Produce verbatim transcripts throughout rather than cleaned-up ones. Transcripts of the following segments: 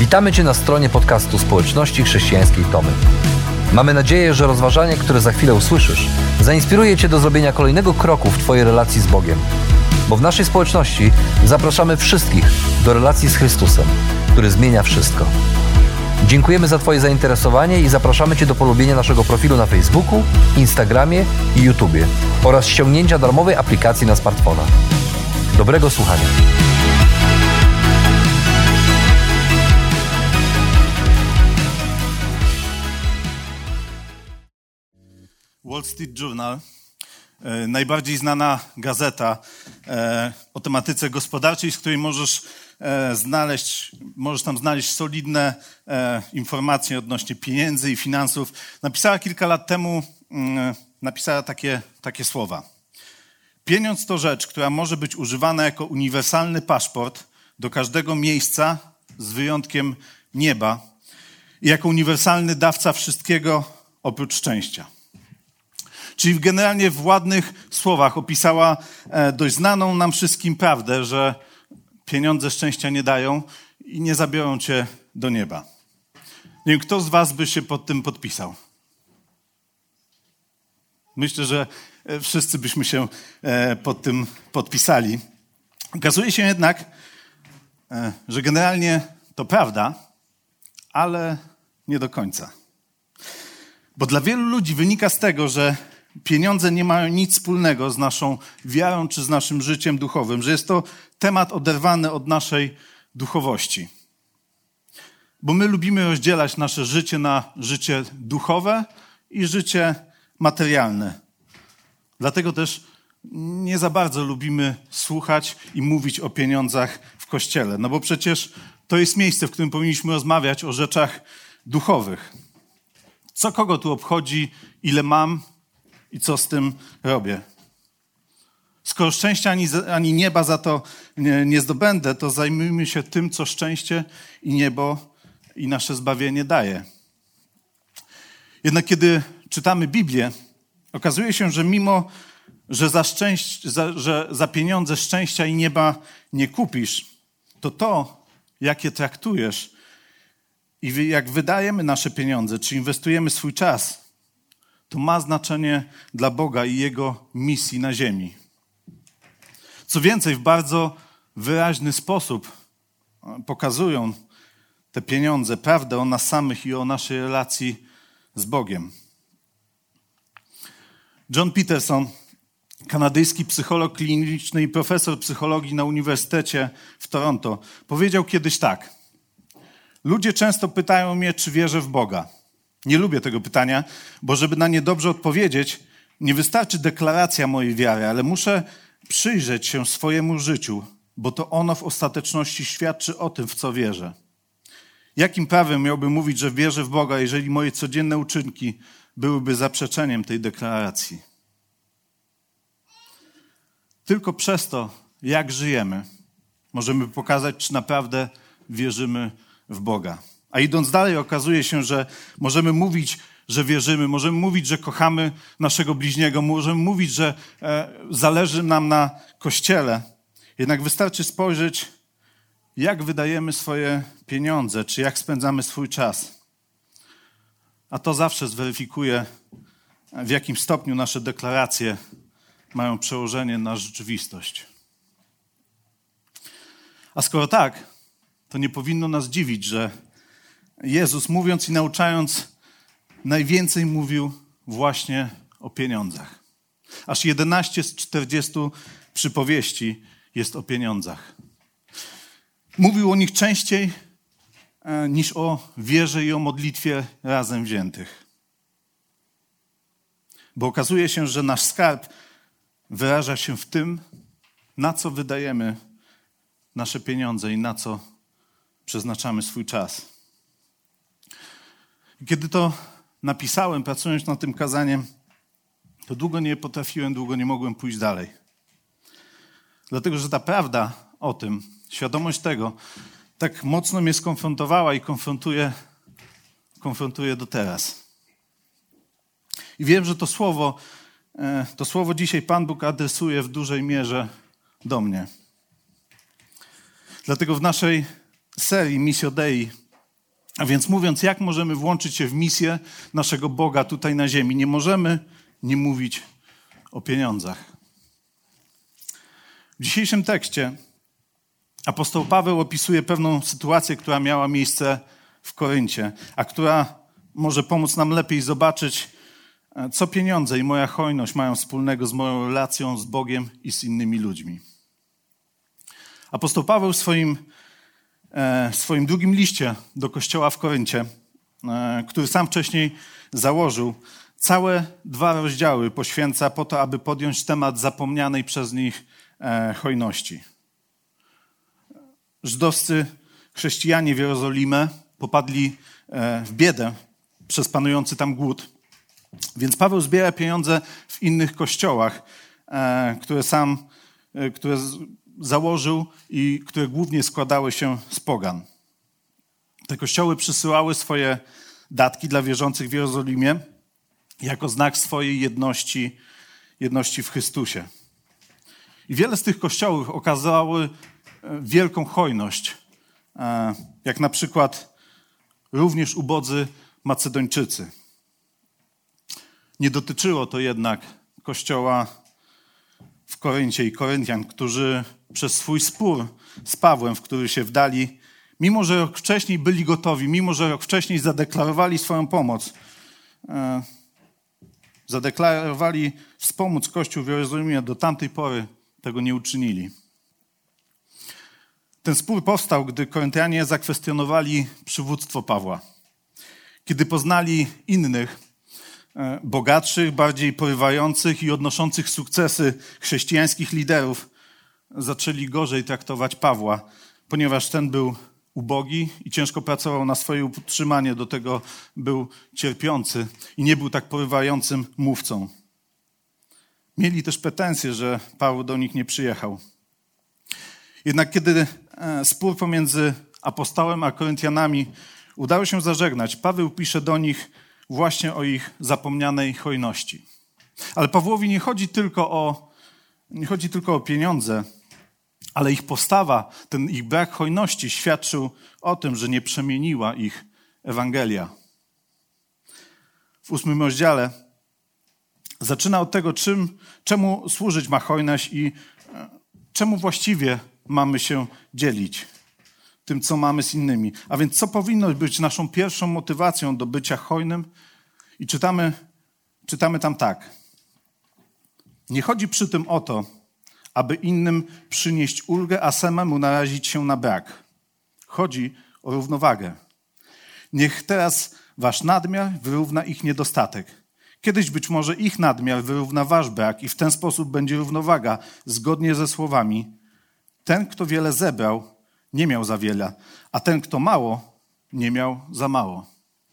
Witamy Cię na stronie podcastu Społeczności Chrześcijańskiej Tomy. Mamy nadzieję, że rozważanie, które za chwilę usłyszysz, zainspiruje Cię do zrobienia kolejnego kroku w Twojej relacji z Bogiem. Bo w naszej społeczności zapraszamy wszystkich do relacji z Chrystusem, który zmienia wszystko. Dziękujemy za Twoje zainteresowanie i zapraszamy Cię do polubienia naszego profilu na Facebooku, Instagramie i YouTubie oraz ściągnięcia darmowej aplikacji na smartfona. Dobrego słuchania. Wall Street Journal, e, najbardziej znana gazeta e, o tematyce gospodarczej, z której możesz e, znaleźć, możesz tam znaleźć solidne e, informacje odnośnie pieniędzy i finansów. Napisała kilka lat temu, e, napisała takie, takie słowa. Pieniądz to rzecz, która może być używana jako uniwersalny paszport do każdego miejsca z wyjątkiem nieba i jako uniwersalny dawca wszystkiego oprócz szczęścia. Czyli generalnie w ładnych słowach opisała dość znaną nam wszystkim prawdę, że pieniądze szczęścia nie dają i nie zabiorą cię do nieba. Nie wiem, kto z was by się pod tym podpisał? Myślę, że wszyscy byśmy się pod tym podpisali. Okazuje się jednak, że generalnie to prawda, ale nie do końca. Bo dla wielu ludzi wynika z tego, że pieniądze nie mają nic wspólnego z naszą wiarą czy z naszym życiem duchowym, że jest to temat oderwany od naszej duchowości. Bo my lubimy rozdzielać nasze życie na życie duchowe i życie materialne. Dlatego też nie za bardzo lubimy słuchać i mówić o pieniądzach w Kościele. No bo przecież to jest miejsce, w którym powinniśmy rozmawiać o rzeczach duchowych. Co kogo tu obchodzi, ile mam i co z tym robię? Skoro szczęścia ani, ani nieba za to nie, nie zdobędę, to zajmijmy się tym, co szczęście i niebo i nasze zbawienie daje. Jednak kiedy czytamy Biblię, okazuje się, że mimo, że za, szczęść, za, że za pieniądze szczęścia i nieba nie kupisz, to to, jak je traktujesz i jak wydajemy nasze pieniądze, czy inwestujemy swój czas, to ma znaczenie dla Boga i Jego misji na ziemi. Co więcej, w bardzo wyraźny sposób pokazują te pieniądze prawdę o nas samych i o naszej relacji z Bogiem. John Peterson, kanadyjski psycholog kliniczny i profesor psychologii na Uniwersytecie w Toronto, powiedział kiedyś tak. Ludzie często pytają mnie, czy wierzę w Boga. Nie lubię tego pytania, bo żeby na nie dobrze odpowiedzieć, nie wystarczy deklaracja mojej wiary, ale muszę przyjrzeć się swojemu życiu, bo to ono w ostateczności świadczy o tym, w co wierzę. Jakim prawem miałbym mówić, że wierzę w Boga, jeżeli moje codzienne uczynki byłyby zaprzeczeniem tej deklaracji? Tylko przez to, jak żyjemy, możemy pokazać, czy naprawdę wierzymy w Boga. A idąc dalej, okazuje się, że możemy mówić, że wierzymy, możemy mówić, że kochamy naszego bliźniego, możemy mówić, że e, zależy nam na Kościele. Jednak wystarczy spojrzeć, jak wydajemy swoje pieniądze, czy jak spędzamy swój czas. A to zawsze zweryfikuje, w jakim stopniu nasze deklaracje mają przełożenie na rzeczywistość. A skoro tak, to nie powinno nas dziwić, że Jezus, mówiąc i nauczając, najwięcej mówił właśnie o pieniądzach. Aż jedenaście z czterdziestu przypowieści jest o pieniądzach. Mówił o nich częściej niż o wierze i o modlitwie razem wziętych. Bo okazuje się, że nasz skarb wyraża się w tym, na co wydajemy nasze pieniądze i na co przeznaczamy swój czas. Kiedy to napisałem, pracując nad tym kazaniem, to długo nie potrafiłem, długo nie mogłem pójść dalej. Dlatego, że ta prawda o tym, świadomość tego, tak mocno mnie skonfrontowała i konfrontuje, konfrontuje do teraz. I wiem, że to słowo, to słowo dzisiaj Pan Bóg adresuje w dużej mierze do mnie. Dlatego w naszej serii Missio Dei A więc mówiąc, jak możemy włączyć się w misję naszego Boga tutaj na ziemi, nie możemy nie mówić o pieniądzach. W dzisiejszym tekście apostoł Paweł opisuje pewną sytuację, która miała miejsce w Koryncie, a która może pomóc nam lepiej zobaczyć, co pieniądze i moja hojność mają wspólnego z moją relacją z Bogiem i z innymi ludźmi. Apostoł Paweł w swoim, w swoim drugim liście do kościoła w Koryncie, który sam wcześniej założył, całe dwa rozdziały poświęca po to, aby podjąć temat zapomnianej przez nich hojności. Żydowscy chrześcijanie w Jerozolimie popadli w biedę przez panujący tam głód. Więc Paweł zbiera pieniądze w innych kościołach, które sam które założył i które głównie składały się z pogan. Te kościoły przysyłały swoje datki dla wierzących w Jerozolimie jako znak swojej jedności, jedności w Chrystusie. I wiele z tych kościołów okazały wielką hojność, jak na przykład również ubodzy Macedończycy. Nie dotyczyło to jednak kościoła w Koryncie i Koryntian, którzy przez swój spór z Pawłem, w który się wdali, mimo że rok wcześniej byli gotowi, mimo że rok wcześniej zadeklarowali swoją pomoc, e, zadeklarowali wspomóc Kościół w Jerozolimie, do tamtej pory tego nie uczynili. Ten spór powstał, gdy Koryntianie zakwestionowali przywództwo Pawła. Kiedy poznali innych, bogatszych, bardziej porywających i odnoszących sukcesy chrześcijańskich liderów, zaczęli gorzej traktować Pawła, ponieważ ten był ubogi i ciężko pracował na swoje utrzymanie, do tego był cierpiący i nie był tak porywającym mówcą. Mieli też pretensje, że Paweł do nich nie przyjechał. Jednak kiedy spór pomiędzy apostołem a Koryntianami udało się zażegnać, Paweł pisze do nich właśnie o ich zapomnianej hojności. Ale Pawłowi nie chodzi tylko o, nie chodzi tylko o pieniądze, ale ich postawa, ten ich brak hojności świadczył o tym, że nie przemieniła ich Ewangelia. W ósmym rozdziale zaczyna od tego, czym, czemu służyć ma hojność i czemu właściwie mamy się dzielić tym, co mamy z innymi. A więc co powinno być naszą pierwszą motywacją do bycia hojnym? I czytamy, czytamy tam tak. Nie chodzi przy tym o to, aby innym przynieść ulgę, a samemu narazić się na brak. Chodzi o równowagę. Niech teraz wasz nadmiar wyrówna ich niedostatek. Kiedyś być może ich nadmiar wyrówna wasz brak i w ten sposób będzie równowaga, zgodnie ze słowami: ten, kto wiele zebrał, nie miał za wiele, a ten, kto mało, nie miał za mało.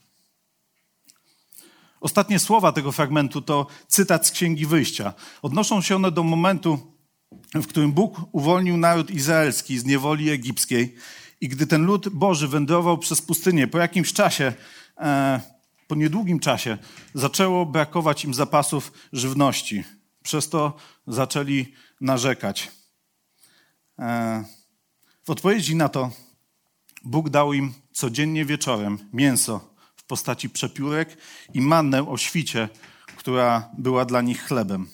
Ostatnie słowa tego fragmentu to cytat z Księgi Wyjścia. Odnoszą się one do momentu, w którym Bóg uwolnił naród izraelski z niewoli egipskiej i gdy ten lud Boży wędrował przez pustynię, po jakimś czasie, e, po niedługim czasie, zaczęło brakować im zapasów żywności. Przez to zaczęli narzekać. E, w odpowiedzi na to Bóg dał im codziennie wieczorem mięso w postaci przepiórek i mannę o świcie, która była dla nich chlebem.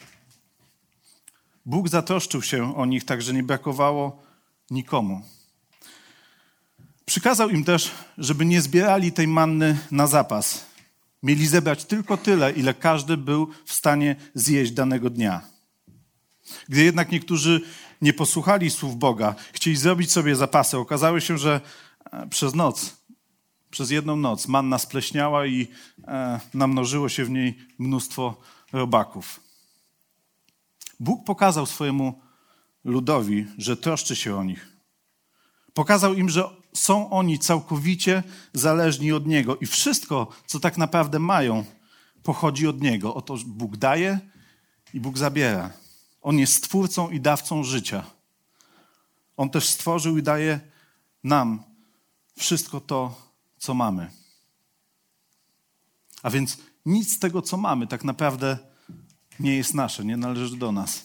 Bóg zatroszczył się o nich tak, że nie brakowało nikomu. Przykazał im też, żeby nie zbierali tej manny na zapas. Mieli zebrać tylko tyle, ile każdy był w stanie zjeść danego dnia. Gdy jednak niektórzy nie posłuchali słów Boga, chcieli zrobić sobie zapasy, okazało się, że przez noc, przez jedną noc manna spleśniała i e, namnożyło się w niej mnóstwo robaków. Bóg pokazał swojemu ludowi, że troszczy się o nich. Pokazał im, że są oni całkowicie zależni od Niego i wszystko, co tak naprawdę mają, pochodzi od Niego. Oto Bóg daje i Bóg zabiera. On jest stwórcą i dawcą życia. On też stworzył i daje nam wszystko to, co mamy. A więc nic z tego, co mamy, tak naprawdę nie jest nasze, nie należy do nas.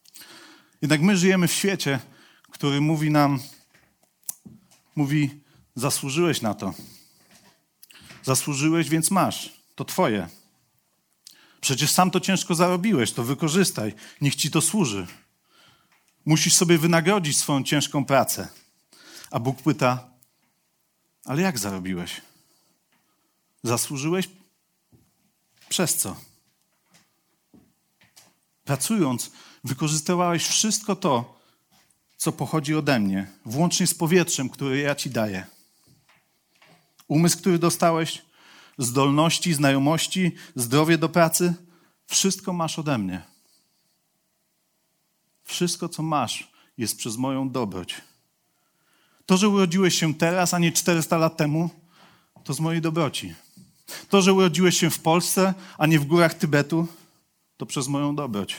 Jednak my żyjemy w świecie, który mówi nam, mówi Zasłużyłeś na to. Zasłużyłeś, więc masz. To twoje. Przecież sam to ciężko zarobiłeś, to wykorzystaj. Niech ci to służy. Musisz sobie wynagrodzić swoją ciężką pracę. A Bóg pyta, ale jak zarobiłeś? Zasłużyłeś? Przez co? Pracując, wykorzystywałeś wszystko to, co pochodzi ode mnie, włącznie z powietrzem, które ja ci daję. Umysł, który dostałeś, zdolności, znajomości, zdrowie do pracy, wszystko masz ode mnie. Wszystko, co masz, jest przez moją dobroć. To, że urodziłeś się teraz, a nie czterysta lat temu, to z mojej dobroci. To, że urodziłeś się w Polsce, a nie w górach Tybetu, to przez moją dobroć.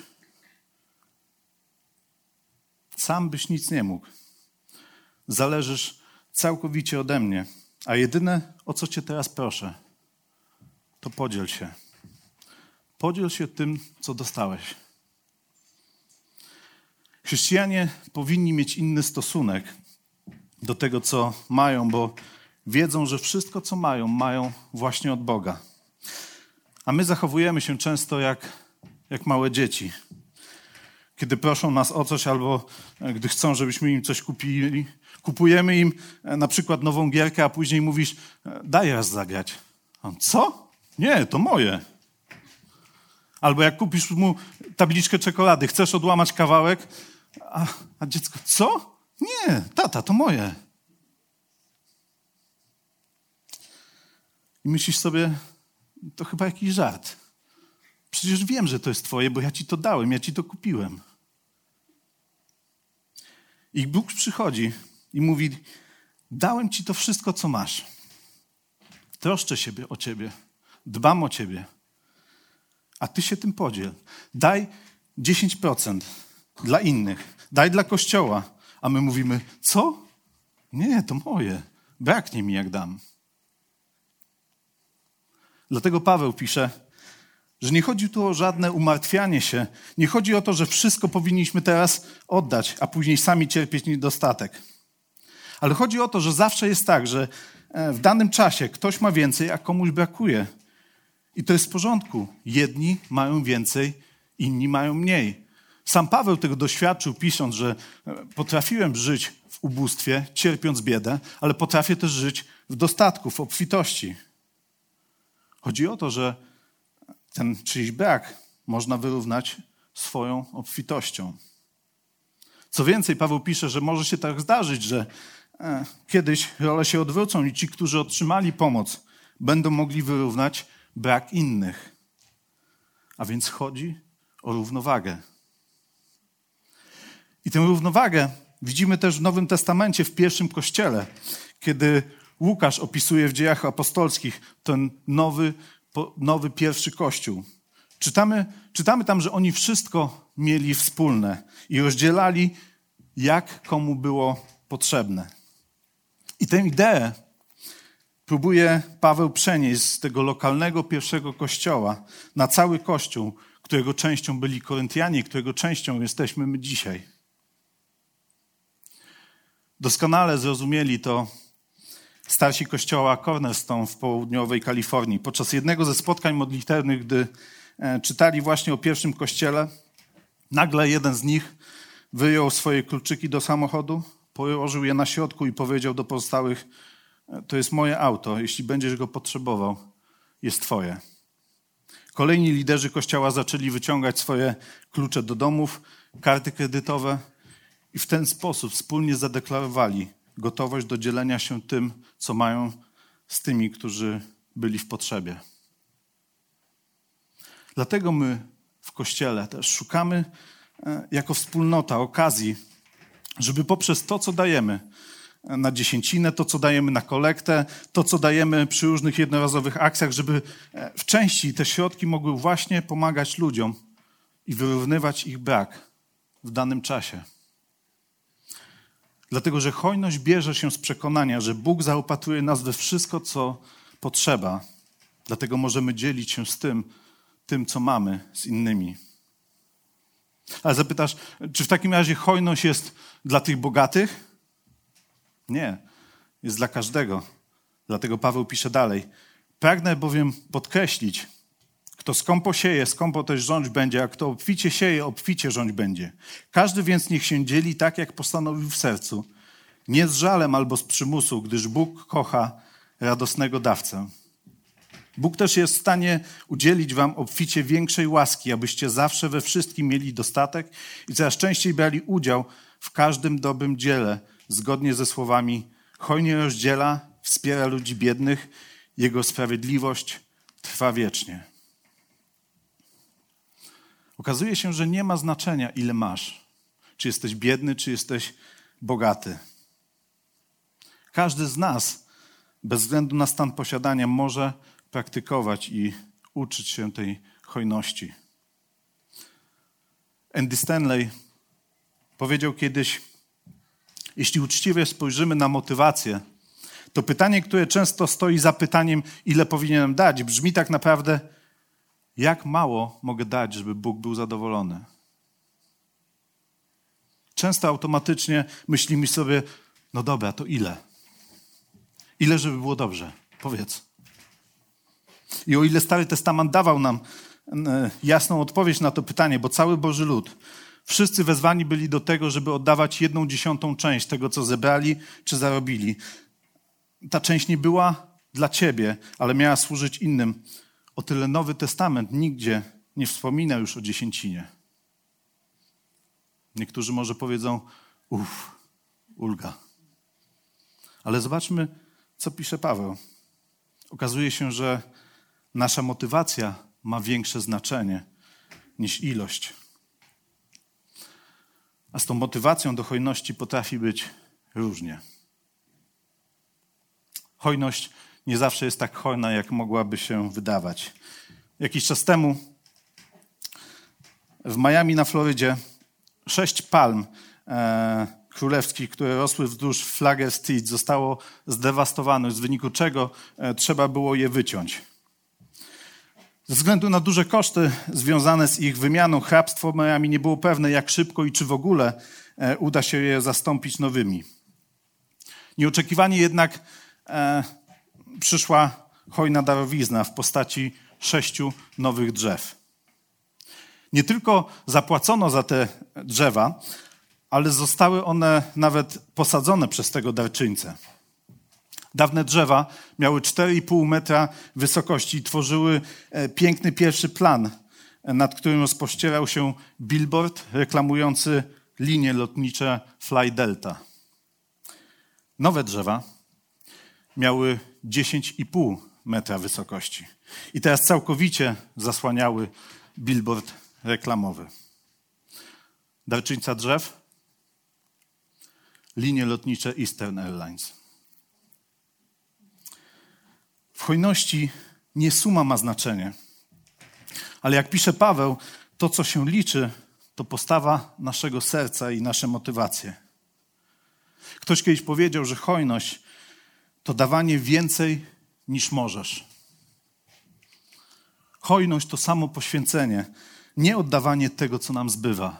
Sam byś nic nie mógł. Zależysz całkowicie ode mnie, a jedyne, o co cię teraz proszę, to podziel się. Podziel się tym, co dostałeś. Chrześcijanie powinni mieć inny stosunek do tego, co mają, bo wiedzą, że wszystko, co mają, mają właśnie od Boga. A my zachowujemy się często jak, jak małe dzieci. Kiedy proszą nas o coś albo gdy chcą, żebyśmy im coś kupili, kupujemy im na przykład nową gierkę, a później mówisz, daj raz zagrać. A on, co? Nie, to moje. Albo jak kupisz mu tabliczkę czekolady, chcesz odłamać kawałek, a, a dziecko, co? Nie, tata, to moje. I myślisz sobie, to chyba jakiś żart. Przecież wiem, że to jest twoje, bo ja ci to dałem, ja ci to kupiłem. I Bóg przychodzi i mówi, dałem ci to wszystko, co masz. Troszczę się o ciebie, dbam o ciebie, a ty się tym podziel. Daj dziesięć procent dla innych, daj dla Kościoła, a my mówimy, co? Nie, to moje, braknie mi jak dam. Dlatego Paweł pisze, że nie chodzi tu o żadne umartwianie się, nie chodzi o to, że wszystko powinniśmy teraz oddać, a później sami cierpieć niedostatek. Ale chodzi o to, że zawsze jest tak, że w danym czasie ktoś ma więcej, a komuś brakuje. I to jest w porządku. Jedni mają więcej, inni mają mniej. Sam Paweł tego doświadczył, pisząc, że potrafiłem żyć w ubóstwie, cierpiąc biedę, ale potrafię też żyć w dostatku, w obfitości. Chodzi o to, że ten czyjś brak można wyrównać swoją obfitością. Co więcej, Paweł pisze, że może się tak zdarzyć, że e, kiedyś role się odwrócą i ci, którzy otrzymali pomoc, będą mogli wyrównać brak innych. A więc chodzi o równowagę. I tę równowagę widzimy też w Nowym Testamencie, w pierwszym Kościele, kiedy Łukasz opisuje w Dziejach Apostolskich ten nowy, nowy pierwszy Kościół. Czytamy, czytamy tam, że oni wszystko mieli wspólne i rozdzielali, jak komu było potrzebne. I tę ideę próbuje Paweł przenieść z tego lokalnego pierwszego kościoła na cały Kościół, którego częścią byli Koryntianie, którego częścią jesteśmy my dzisiaj. Doskonale zrozumieli to starsi kościoła Cornerstone w południowej Kalifornii. Podczas jednego ze spotkań modlitewnych, gdy czytali właśnie o pierwszym kościele, nagle jeden z nich wyjął swoje kluczyki do samochodu, położył je na środku i powiedział do pozostałych, to jest moje auto, jeśli będziesz go potrzebował, jest twoje. Kolejni liderzy kościoła zaczęli wyciągać swoje klucze do domów, karty kredytowe i w ten sposób wspólnie zadeklarowali gotowość do dzielenia się tym, co mają, z tymi, którzy byli w potrzebie. Dlatego my w Kościele też szukamy jako wspólnota okazji, żeby poprzez to, co dajemy na dziesięcinę, to, co dajemy na kolektę, to, co dajemy przy różnych jednorazowych akcjach, żeby w części te środki mogły właśnie pomagać ludziom i wyrównywać ich brak w danym czasie. Dlatego, że hojność bierze się z przekonania, że Bóg zaopatruje nas we wszystko, co potrzeba. Dlatego możemy dzielić się z tym, tym, co mamy, z innymi. Ale zapytasz, czy w takim razie hojność jest dla tych bogatych? Nie. jest dla każdego. Dlatego Paweł pisze dalej. Pragnę bowiem podkreślić, kto skąpo sieje, skąpo też rządź będzie, a kto obficie sieje, obficie rządź będzie. Każdy więc niech się dzieli tak, jak postanowił w sercu, nie z żalem albo z przymusu, gdyż Bóg kocha radosnego dawcę. Bóg też jest w stanie udzielić wam obficie większej łaski, abyście zawsze we wszystkim mieli dostatek i coraz częściej brali udział w każdym dobrym dziele, zgodnie ze słowami hojnie rozdziela, wspiera ludzi biednych, Jego sprawiedliwość trwa wiecznie. Okazuje się, że nie ma znaczenia, ile masz. Czy jesteś biedny, czy jesteś bogaty. Każdy z nas, bez względu na stan posiadania, może praktykować i uczyć się tej hojności. Andy Stanley powiedział kiedyś, jeśli uczciwie spojrzymy na motywację, to pytanie, które często stoi za pytaniem, ile powinienem dać, brzmi tak naprawdę, jak mało mogę dać, żeby Bóg był zadowolony. Często automatycznie myślimy sobie, no dobra, to ile? Ile, żeby było dobrze? Powiedz. I o ile Stary Testament dawał nam jasną odpowiedź na to pytanie, bo cały Boży lud, wszyscy wezwani byli do tego, żeby oddawać jedną dziesiątą część tego, co zebrali czy zarobili. Ta część nie była dla ciebie, ale miała służyć innym. O tyle Nowy Testament nigdzie nie wspomina już o dziesięcinie. Niektórzy może powiedzą, uff, ulga. Ale zobaczmy, co pisze Paweł. Okazuje się, że nasza motywacja ma większe znaczenie niż ilość. A z tą motywacją do hojności potrafi być różnie. Hojność nie zawsze jest tak hojna, jak mogłaby się wydawać. Jakiś czas temu w Miami na Florydzie sześć palm e, królewskich, które rosły wzdłuż Flagler Street, zostało zdewastowanych, z wyniku czego e, trzeba było je wyciąć. Ze względu na duże koszty związane z ich wymianą, hrabstwo Miami nie było pewne, jak szybko i czy w ogóle e, uda się je zastąpić nowymi. Nieoczekiwanie jednak e, przyszła hojna darowizna w postaci sześciu nowych drzew. Nie tylko zapłacono za te drzewa, ale zostały one nawet posadzone przez tego darczyńcę. Dawne drzewa miały cztery i pół metra wysokości i tworzyły piękny pierwszy plan, nad którym rozpościerał się billboard reklamujący linie lotnicze Fly Delta. Nowe drzewa miały dziesięć i pół metra wysokości i teraz całkowicie zasłaniały billboard reklamowy. Darczyńca drzew? Linie lotnicze Eastern Airlines. W hojności nie suma ma znaczenie, ale jak pisze Paweł, to co się liczy, to postawa naszego serca i nasze motywacje. Ktoś kiedyś powiedział, że hojność to dawanie więcej niż możesz. Hojność to samo poświęcenie, nie oddawanie tego, co nam zbywa.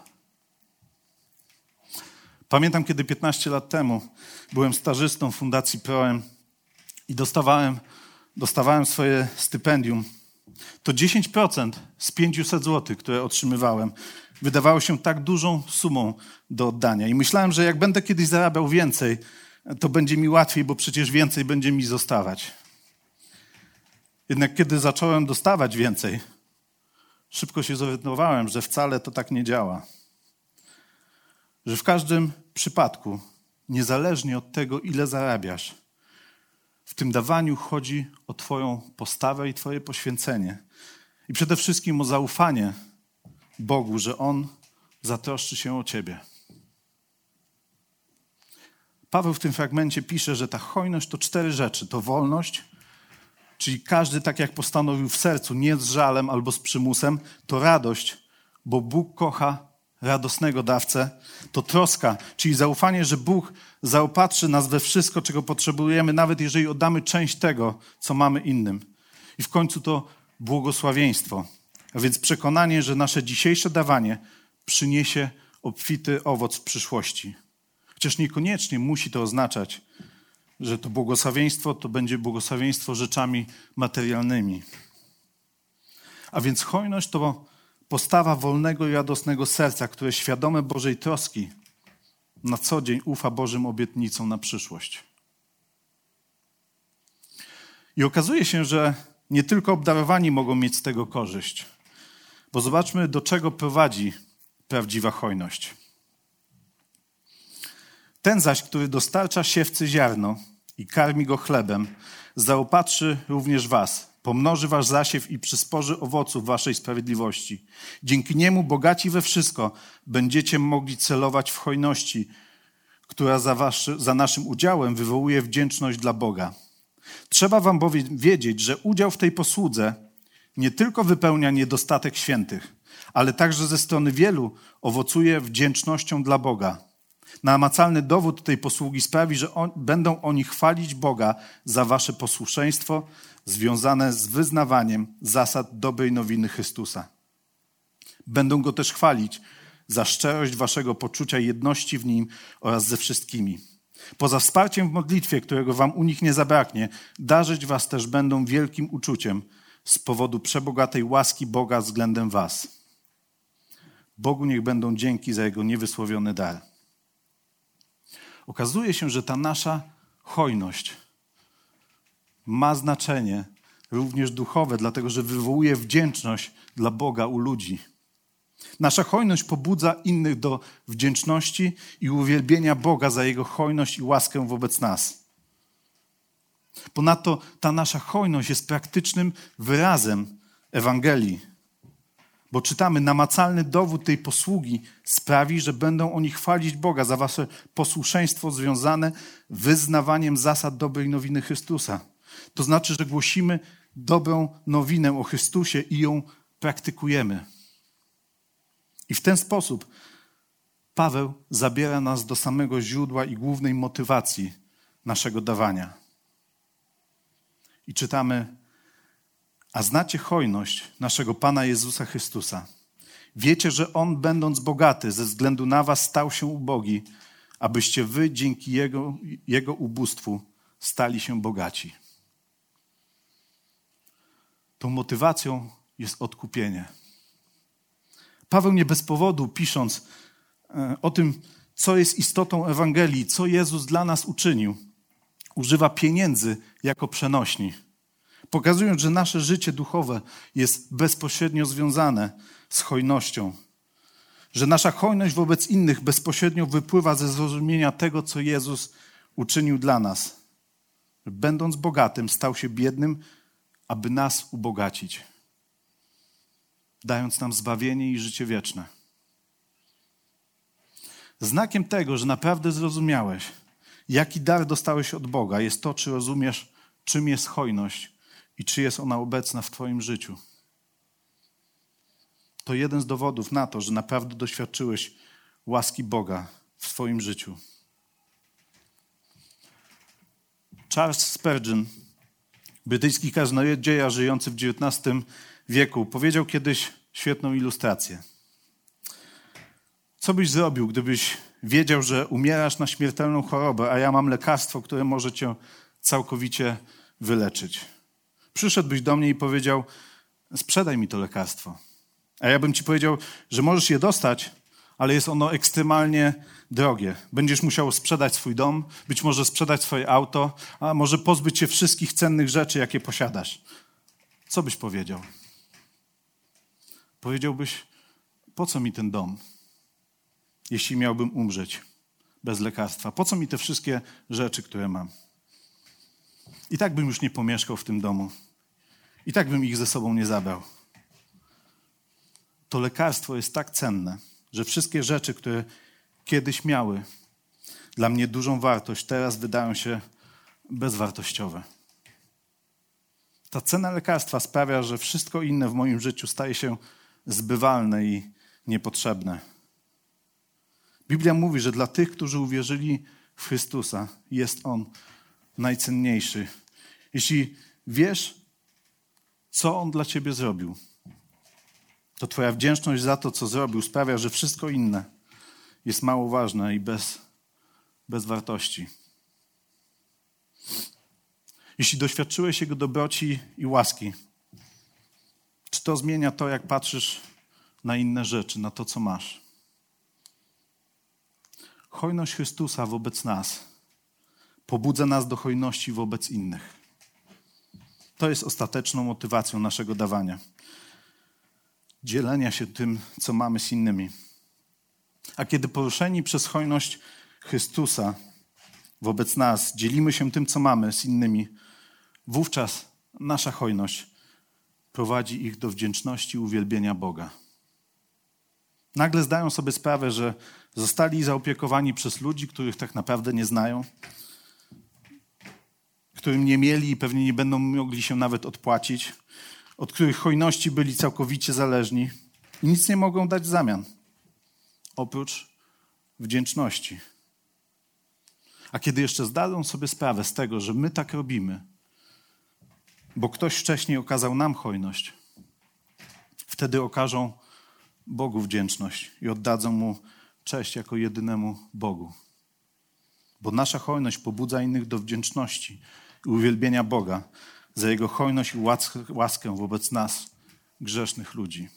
Pamiętam, kiedy piętnaście lat temu byłem stażystą w Fundacji Proem i dostawałem, dostawałem swoje stypendium. To dziesięć procent z pięćset złotych, które otrzymywałem, wydawało się tak dużą sumą do oddania. I myślałem, że jak będę kiedyś zarabiał więcej, to będzie mi łatwiej, bo przecież więcej będzie mi zostawać. Jednak kiedy zacząłem dostawać więcej, szybko się zorientowałem, że wcale to tak nie działa. Że w każdym przypadku, niezależnie od tego, ile zarabiasz, w tym dawaniu chodzi o twoją postawę i twoje poświęcenie. I przede wszystkim o zaufanie Bogu, że On zatroszczy się o ciebie. Paweł w tym fragmencie pisze, że ta hojność to cztery rzeczy. To wolność, czyli każdy tak jak postanowił w sercu, nie z żalem albo z przymusem. To radość, bo Bóg kocha radosnego dawcę. To troska, czyli zaufanie, że Bóg zaopatrzy nas we wszystko, czego potrzebujemy, nawet jeżeli oddamy część tego, co mamy innym. I w końcu to błogosławieństwo, a więc przekonanie, że nasze dzisiejsze dawanie przyniesie obfity owoc w przyszłości. Chociaż niekoniecznie musi to oznaczać, że to błogosławieństwo to będzie błogosławieństwo rzeczami materialnymi. A więc hojność to postawa wolnego i radosnego serca, które świadome Bożej troski na co dzień ufa Bożym obietnicom na przyszłość. I okazuje się, że nie tylko obdarowani mogą mieć z tego korzyść, bo zobaczmy, do czego prowadzi prawdziwa hojność. Ten zaś, który dostarcza siewcy ziarno i karmi go chlebem, zaopatrzy również was, pomnoży wasz zasiew i przysporzy owoców waszej sprawiedliwości. Dzięki niemu, bogaci we wszystko, będziecie mogli celować w hojności, która za, waszy, za naszym udziałem wywołuje wdzięczność dla Boga. Trzeba wam bowiem wiedzieć, że udział w tej posłudze nie tylko wypełnia niedostatek świętych, ale także ze strony wielu owocuje wdzięcznością dla Boga. Namacalny dowód tej posługi sprawi, że on, będą oni chwalić Boga za wasze posłuszeństwo związane z wyznawaniem zasad dobrej nowiny Chrystusa. Będą go też chwalić za szczerość waszego poczucia jedności w nim oraz ze wszystkimi. Poza wsparciem w modlitwie, którego wam u nich nie zabraknie, darzyć was też będą wielkim uczuciem z powodu przebogatej łaski Boga względem was. Bogu niech będą dzięki za jego niewysłowiony dar. Okazuje się, że ta nasza hojność ma znaczenie również duchowe, dlatego że wywołuje wdzięczność dla Boga u ludzi. Nasza hojność pobudza innych do wdzięczności i uwielbienia Boga za Jego hojność i łaskę wobec nas. Ponadto ta nasza hojność jest praktycznym wyrazem Ewangelii, bo czytamy, namacalny dowód tej posługi sprawi, że będą oni chwalić Boga za wasze posłuszeństwo związane z wyznawaniem zasad dobrej nowiny Chrystusa. To znaczy, że głosimy dobrą nowinę o Chrystusie i ją praktykujemy. I w ten sposób Paweł zabiera nas do samego źródła i głównej motywacji naszego dawania. I czytamy: a znacie hojność naszego Pana Jezusa Chrystusa. Wiecie, że On, będąc bogaty, ze względu na was stał się ubogi, abyście wy dzięki Jego, Jego ubóstwu stali się bogaci. Tą motywacją jest odkupienie. Paweł nie bez powodu, pisząc o tym, co jest istotą Ewangelii, co Jezus dla nas uczynił, używa pieniędzy jako przenośni, pokazując, że nasze życie duchowe jest bezpośrednio związane z hojnością, że nasza hojność wobec innych bezpośrednio wypływa ze zrozumienia tego, co Jezus uczynił dla nas. Będąc bogatym, stał się biednym, aby nas ubogacić, dając nam zbawienie i życie wieczne. Znakiem tego, że naprawdę zrozumiałeś, jaki dar dostałeś od Boga, jest to, czy rozumiesz, czym jest hojność i czy jest ona obecna w twoim życiu. To jeden z dowodów na to, że naprawdę doświadczyłeś łaski Boga w swoim życiu. Charles Spurgeon, brytyjski kaznodzieja żyjący w dziewiętnastym wieku, powiedział kiedyś świetną ilustrację. Co byś zrobił, gdybyś wiedział, że umierasz na śmiertelną chorobę, a ja mam lekarstwo, które może cię całkowicie wyleczyć? Przyszedłbyś do mnie i powiedział: sprzedaj mi to lekarstwo. A ja bym ci powiedział, że możesz je dostać, ale jest ono ekstremalnie drogie. Będziesz musiał sprzedać swój dom, być może sprzedać swoje auto, a może pozbyć się wszystkich cennych rzeczy, jakie posiadasz. Co byś powiedział? Powiedziałbyś: po co mi ten dom, jeśli miałbym umrzeć bez lekarstwa? Po co mi te wszystkie rzeczy, które mam? I tak bym już nie pomieszkał w tym domu. I tak bym ich ze sobą nie zabrał. To lekarstwo jest tak cenne, że wszystkie rzeczy, które kiedyś miały dla mnie dużą wartość, teraz wydają się bezwartościowe. Ta cena lekarstwa sprawia, że wszystko inne w moim życiu staje się zbywalne i niepotrzebne. Biblia mówi, że dla tych, którzy uwierzyli w Chrystusa, jest On najcenniejszy. Jeśli wiesz, co On dla ciebie zrobił, to twoja wdzięczność za to, co zrobił, sprawia, że wszystko inne jest mało ważne i bez, bez wartości. jeśli doświadczyłeś Jego dobroci i łaski, czy to zmienia to, jak patrzysz na inne rzeczy, na to, co masz? Hojność Chrystusa wobec nas pobudza nas do hojności wobec innych. To jest ostateczną motywacją naszego dawania. Dzielenia się tym, co mamy z innymi. A kiedy poruszeni przez hojność Chrystusa wobec nas dzielimy się tym, co mamy z innymi, wówczas nasza hojność prowadzi ich do wdzięczności i uwielbienia Boga. Nagle zdają sobie sprawę, że zostali zaopiekowani przez ludzi, których tak naprawdę nie znają, którym nie mieli i pewnie nie będą mogli się nawet odpłacić, od których hojności byli całkowicie zależni i nic nie mogą dać w zamian, oprócz wdzięczności. A kiedy jeszcze zdadzą sobie sprawę z tego, że my tak robimy, bo ktoś wcześniej okazał nam hojność, wtedy okażą Bogu wdzięczność i oddadzą Mu cześć jako jedynemu Bogu. Bo nasza hojność pobudza innych do wdzięczności i uwielbienia Boga za Jego hojność i łaskę wobec nas, grzesznych ludzi.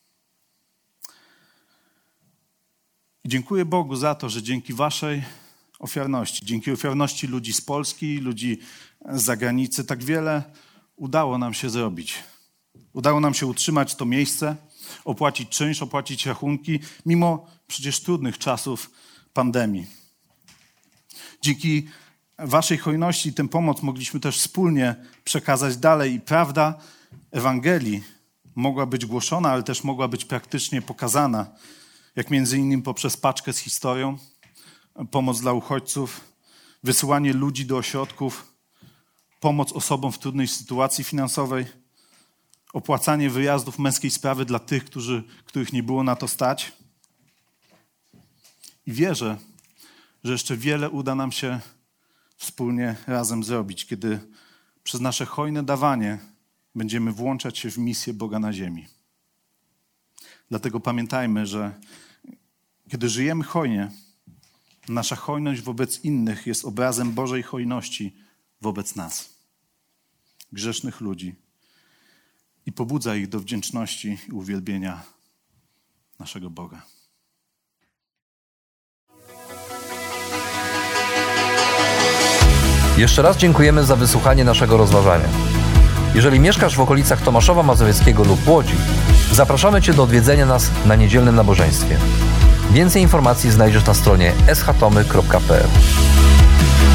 I dziękuję Bogu za to, że dzięki waszej ofiarności, dzięki ofiarności ludzi z Polski, ludzi z zagranicy, tak wiele udało nam się zrobić. Udało nam się utrzymać to miejsce, opłacić czynsz, opłacić rachunki, mimo przecież trudnych czasów pandemii. Dzięki waszej hojności tę pomoc mogliśmy też wspólnie przekazać dalej i prawda Ewangelii mogła być głoszona, ale też mogła być praktycznie pokazana, jak między innymi poprzez paczkę z historią, pomoc dla uchodźców, wysyłanie ludzi do ośrodków, pomoc osobom w trudnej sytuacji finansowej, opłacanie wyjazdów męskiej sprawy dla tych, którzy, których nie było na to stać. I wierzę, że jeszcze wiele uda nam się wspólnie razem zrobić, kiedy przez nasze hojne dawanie będziemy włączać się w misję Boga na ziemi. Dlatego pamiętajmy, że kiedy żyjemy hojnie, nasza hojność wobec innych jest obrazem Bożej hojności wobec nas, grzesznych ludzi, i pobudza ich do wdzięczności i uwielbienia naszego Boga. Jeszcze raz dziękujemy za wysłuchanie naszego rozważania. Jeżeli mieszkasz w okolicach Tomaszowa Mazowieckiego lub Łodzi, zapraszamy Cię do odwiedzenia nas na niedzielnym nabożeństwie. Więcej informacji znajdziesz na stronie s h tomy kropka p l.